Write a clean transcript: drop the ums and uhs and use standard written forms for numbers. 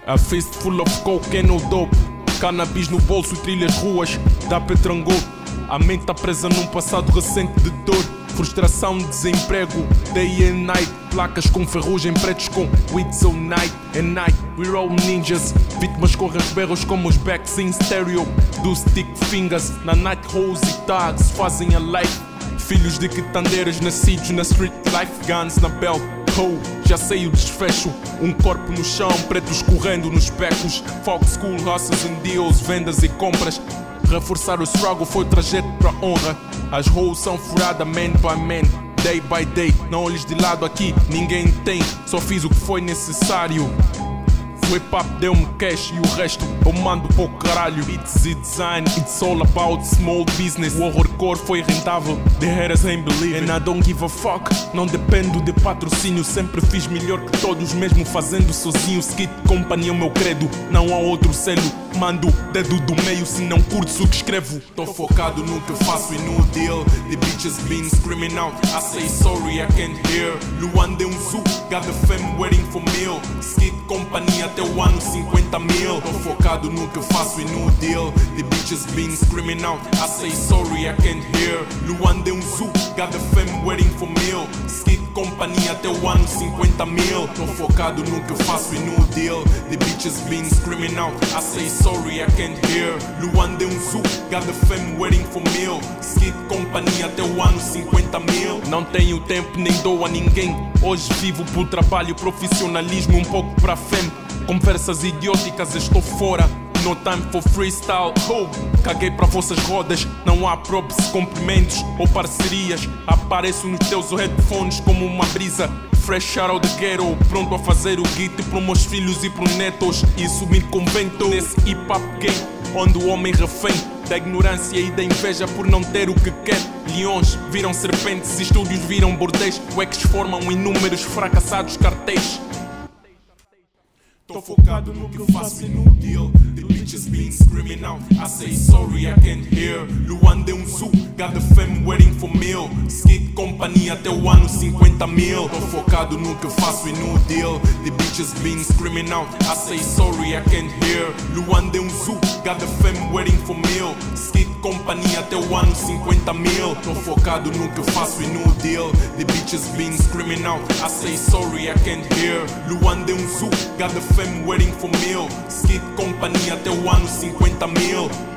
A fist full of coke and no dope. Cannabis no bolso e trilhas ruas da Petrangol. A mente tá presa num passado recente de dor. Frustração, desemprego, day and night. Placas com ferrugem, pretos com weeds all night and night. We're all ninjas. Vítimas com berros como os backs in stereo do stick fingers. Na night holes e tags fazem a life. Filhos de quitandeiras nascidos na street life. Guns na belt. Oh, já sei o desfecho. Um corpo no chão, pretos correndo nos becos. Folk school, hustles and deals, vendas e compras. Reforçar o struggle foi o trajeto pra honra. As ruas são furadas man by man, day by day. Não olhes de lado aqui, ninguém tem. Só fiz o que foi necessário. O hip-hop deu-me cash e o resto eu mando pro caralho. Beats e design, it's all about small business. O horrorcore foi rentável, the haters ain't believe it. And I don't give a fuck, não dependo de patrocínio. Sempre fiz melhor que todos, mesmo fazendo sozinho. Skit Company é o meu credo, não há outro selo. Mando dedo do meio se não curtes o que escrevo. Tô focado no que faço e no deal. The bitches been screaming out, I say sorry, I can't hear. Luan deu zoo, got the fam waiting for meal. Skit Company até o ano 50 mil. Tô focado no que faço e no deal. The bitches been screaming out, I say sorry, I can't hear. Luan deu zoo, got the fam waiting for meal. Skit Company até o ano 50 mil. Tô focado no que faço e no deal. The bitches been screaming out, I say sorry, I can't hear. Luan deu zoo, got the fam waiting for meal. Skit Company até o ano 50 mil. Não tenho tempo nem dou a ninguém. Hoje vivo por trabalho, profissionalismo, um pouco pra fame. Conversas idióticas, estou fora. No time for freestyle. Oh, caguei para vossas rodas. Não há props, cumprimentos ou parcerias. Apareço nos teus headphones como uma brisa. Fresh out of the ghetto, pronto a fazer o git para meus filhos e pros netos. E sumir com vento nesse hip hop game, onde o homem refém da ignorância e da inveja por não ter o que quer. Leões viram serpentes, estúdios viram bordéis. Wags formam inúmeros fracassados cartéis. Tô focado no que faço e no deal. The bitches been screaming out, I say sorry, I can't hear. Luan deu zoo, got the fam waiting for meal. Skit Company até o ano 50 mil. Tô focado no que faço e no deal. The bitches been screaming out, I say sorry, I can't hear. Luan deu zoo, got the fam waiting for meal. Skit Company até o ano 50 mil. Tô focado no que faço e no deal. The bitches been screaming out, I say sorry, I can't hear. Luan deu zoo, got the fam waiting for meal. Skit Company até o ano 50 mil.